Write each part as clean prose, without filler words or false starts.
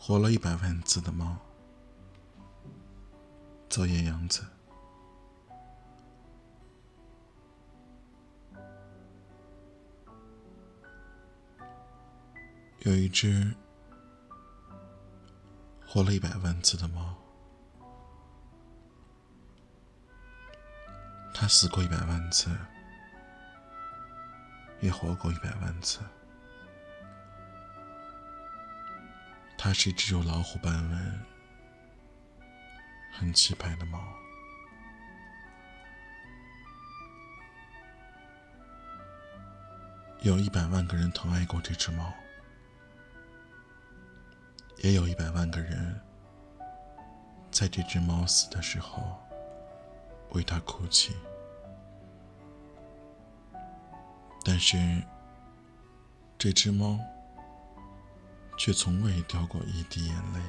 活了100万次的猫，做野羊子。有一只活了100万次的猫，它死过100万次，也活过100万次。它是一只有老虎斑纹、很气派的猫。有100万个人疼爱过这只猫，也有100万个人在这只猫死的时候为它哭泣，但是这只猫却从未掉过一滴眼泪。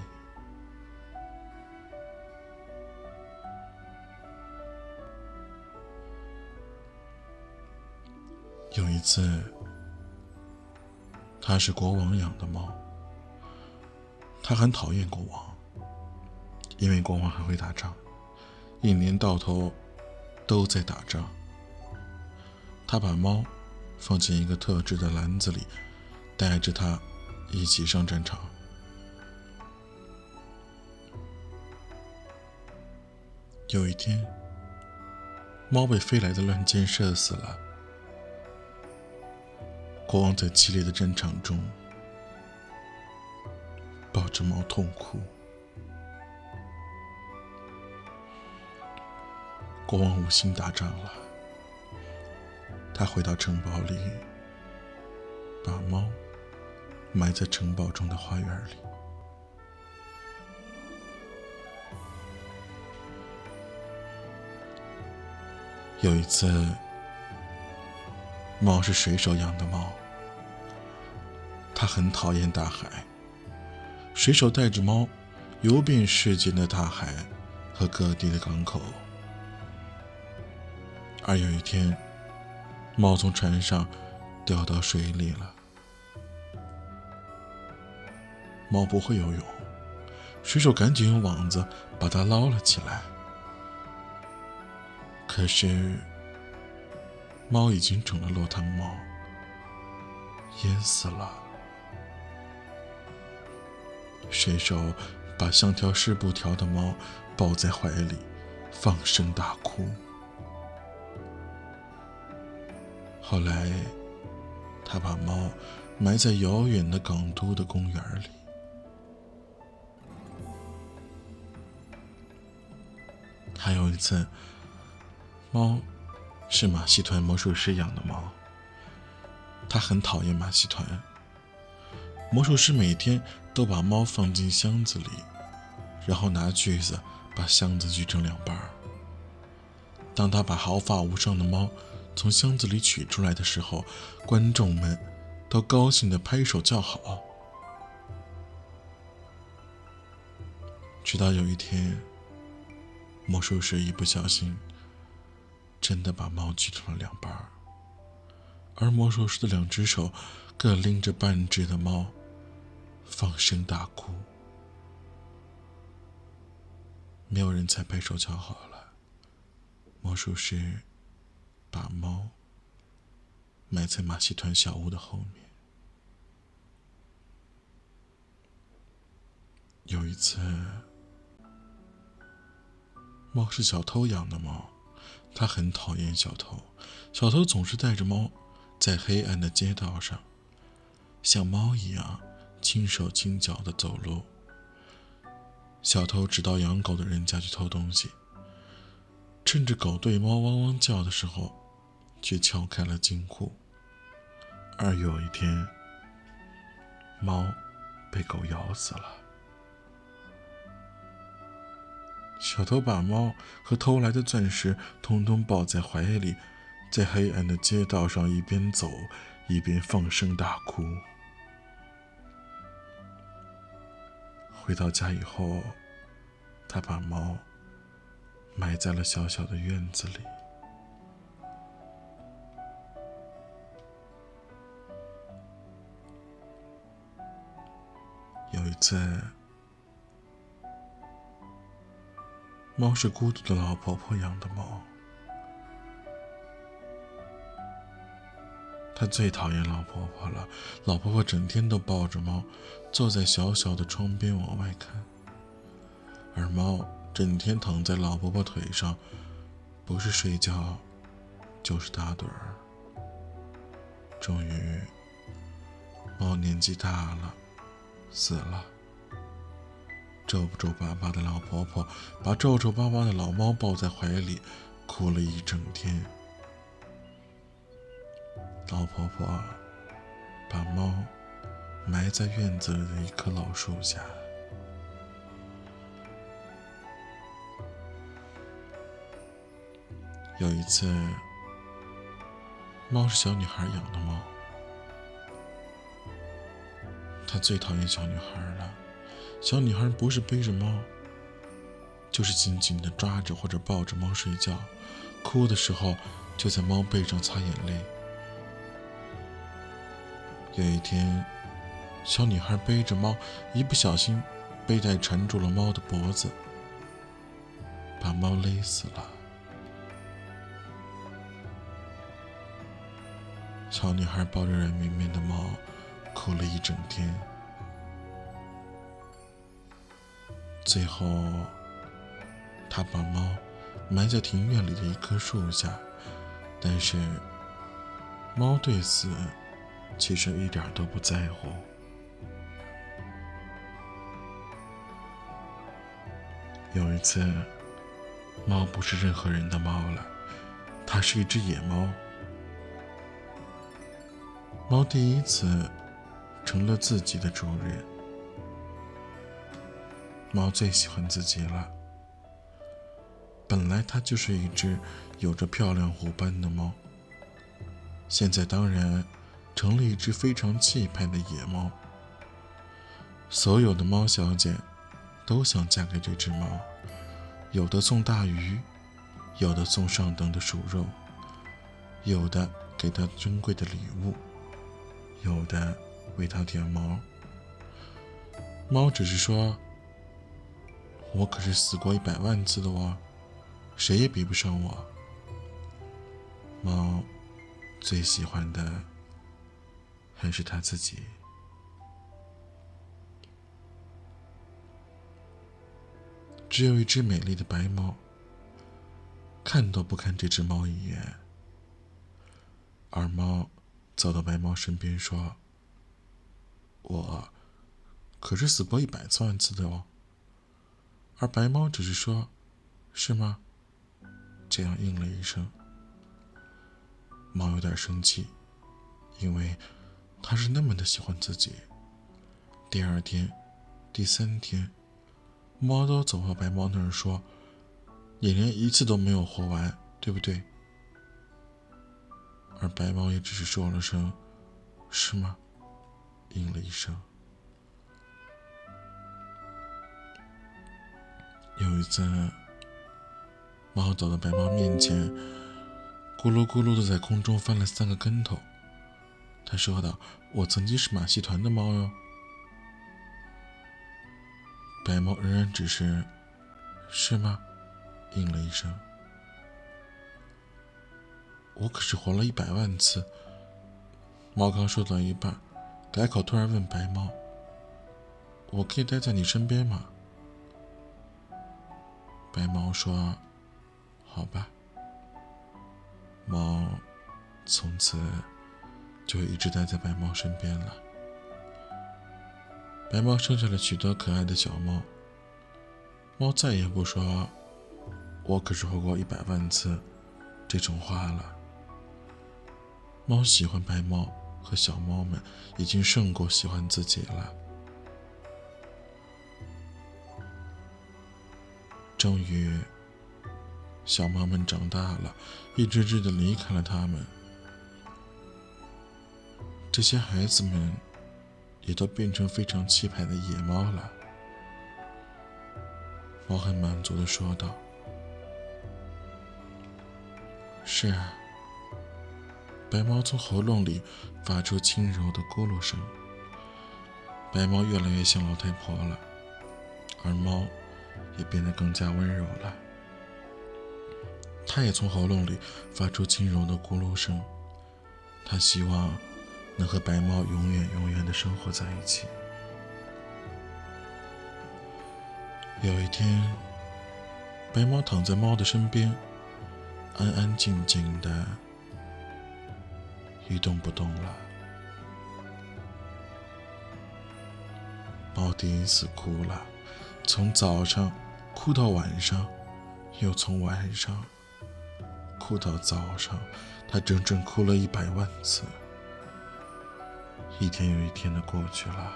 有一次，它是国王养的猫，它很讨厌国王，因为国王很会打仗，一年到头都在打仗。他把猫放进一个特制的篮子里，带着它一起上战场。有一天，猫被飞来的乱箭射死了。国王在激烈的战场中抱着猫痛哭。国王无心打仗了，他回到城堡里，把猫埋在城堡中的花园里。有一次，猫是水手养的猫，它很讨厌大海。水手带着猫游遍世界的大海和各地的港口。而有一天，猫从船上掉到水里了。猫不会游泳，水手赶紧用网子把它捞了起来。可是猫已经成了落汤猫，淹死了。水手把像条湿布条的猫抱在怀里，放声大哭。后来，他把猫埋在遥远的港都的公园里。还有一次，猫是马戏团魔术师养的猫，他很讨厌马戏团。魔术师每天都把猫放进箱子里，然后拿锯子把箱子锯成2半。当他把毫发无伤的猫从箱子里取出来的时候，观众们都高兴地拍手叫好。直到有一天，魔术师一不小心真的把猫锯成了2半，而魔术师的2只手各拎着半只的猫，放声大哭。没有人再拍手叫好了。魔术师把猫埋在马戏团小屋的后面。有一次，猫是小偷养的猫，它很讨厌小偷。小偷总是带着猫在黑暗的街道上，像猫一样轻手轻脚地走路。小偷只到养狗的人家去偷东西，趁着狗对猫汪汪叫的时候，却撬开了金库。而有一天，猫被狗咬死了。小偷把猫和偷来的钻石统统抱在怀里，在黑暗的街道上一边走一边放声大哭。回到家以后，他把猫埋在了小小的院子里。有一次， 猫是孤独的老婆婆养的猫，她最讨厌老婆婆了。老婆婆整天都抱着猫，坐在小小的窗边往外看，而猫整天躺在老婆婆腿上，不是睡觉就是打盹儿。终于，猫年纪大了，死了。皱巴巴的老婆婆把皱巴巴的老猫抱在怀里，哭了一整天。老婆婆把猫埋在院子里的一棵老树下。有一次，猫是小女孩养的猫，她最讨厌小女孩了。小女孩不是背着猫，就是紧紧地抓着或者抱着猫睡觉，哭的时候就在猫背上擦眼泪。有一天，小女孩背着猫，一不小心背带缠住了猫的脖子，把猫勒死了。小女孩抱着软绵绵的猫，哭了一整天。最后，她把猫埋在庭院里的一棵树下，但是猫对死其实一点都不在乎。有一次，猫不是任何人的猫了，它是一只野猫。猫第一次成了自己的主人。猫最喜欢自己了。本来它就是一只有着漂亮虎斑的猫，现在当然成了一只非常气派的野猫。所有的猫小姐都想嫁给这只猫，有的送大鱼，有的送上等的鼠肉，有的给它珍贵的礼物，有的为它舔毛。猫只是说，我可是死过100万次的哦，谁也比不上我。猫最喜欢的还是它自己。只有一只美丽的白猫，看都不看这只猫一眼。而猫走到白猫身边说，我可是死过100万次的哦。而白猫只是说，是吗？这样应了一声。猫有点生气，因为它是那么的喜欢自己。第2天、第3天，猫都走到白猫那儿说，你连1次都没有活完，对不对？而白猫也只是说了声，是吗？应了一声。有一次，猫走到白猫面前，咕噜咕噜的在空中翻了3个跟头。他说道，我曾经是马戏团的猫哟。白猫仍然只是，是吗？应了一声。我可是活了100万次。猫刚说到一半，改口突然问白猫，我可以待在你身边吗？白猫说，好吧。猫从此就一直待在白猫身边了。白猫生下了许多可爱的小猫。猫再也不说我可是活过100万次这种话了。猫喜欢白猫和小猫们已经胜过喜欢自己了。终于，小猫们长大了，一只只的离开了它们。这些孩子们也都变成非常气派的野猫了。猫很满足地说道，是啊。白猫从喉咙里发出轻柔的咕噜声。白猫越来越像老太婆了，而猫也变得更加温柔了。 他也从喉咙里发出轻柔的咕噜声。他希望能和白猫永远永远地生活在一起。有一天，白猫躺在猫的身边，安安静静的一动不动了。猫第一次哭了，从早上哭到晚上，又从晚上哭到早上，它整整哭了100万次。一天又一天的过去了。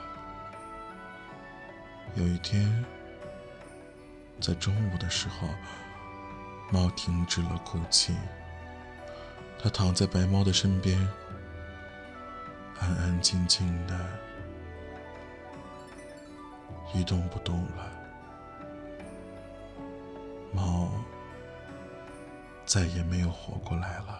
有一天，在中午的时候，猫停止了哭泣，它躺在白猫的身边，安安静静的一动不动了。猫再也没有活过来了。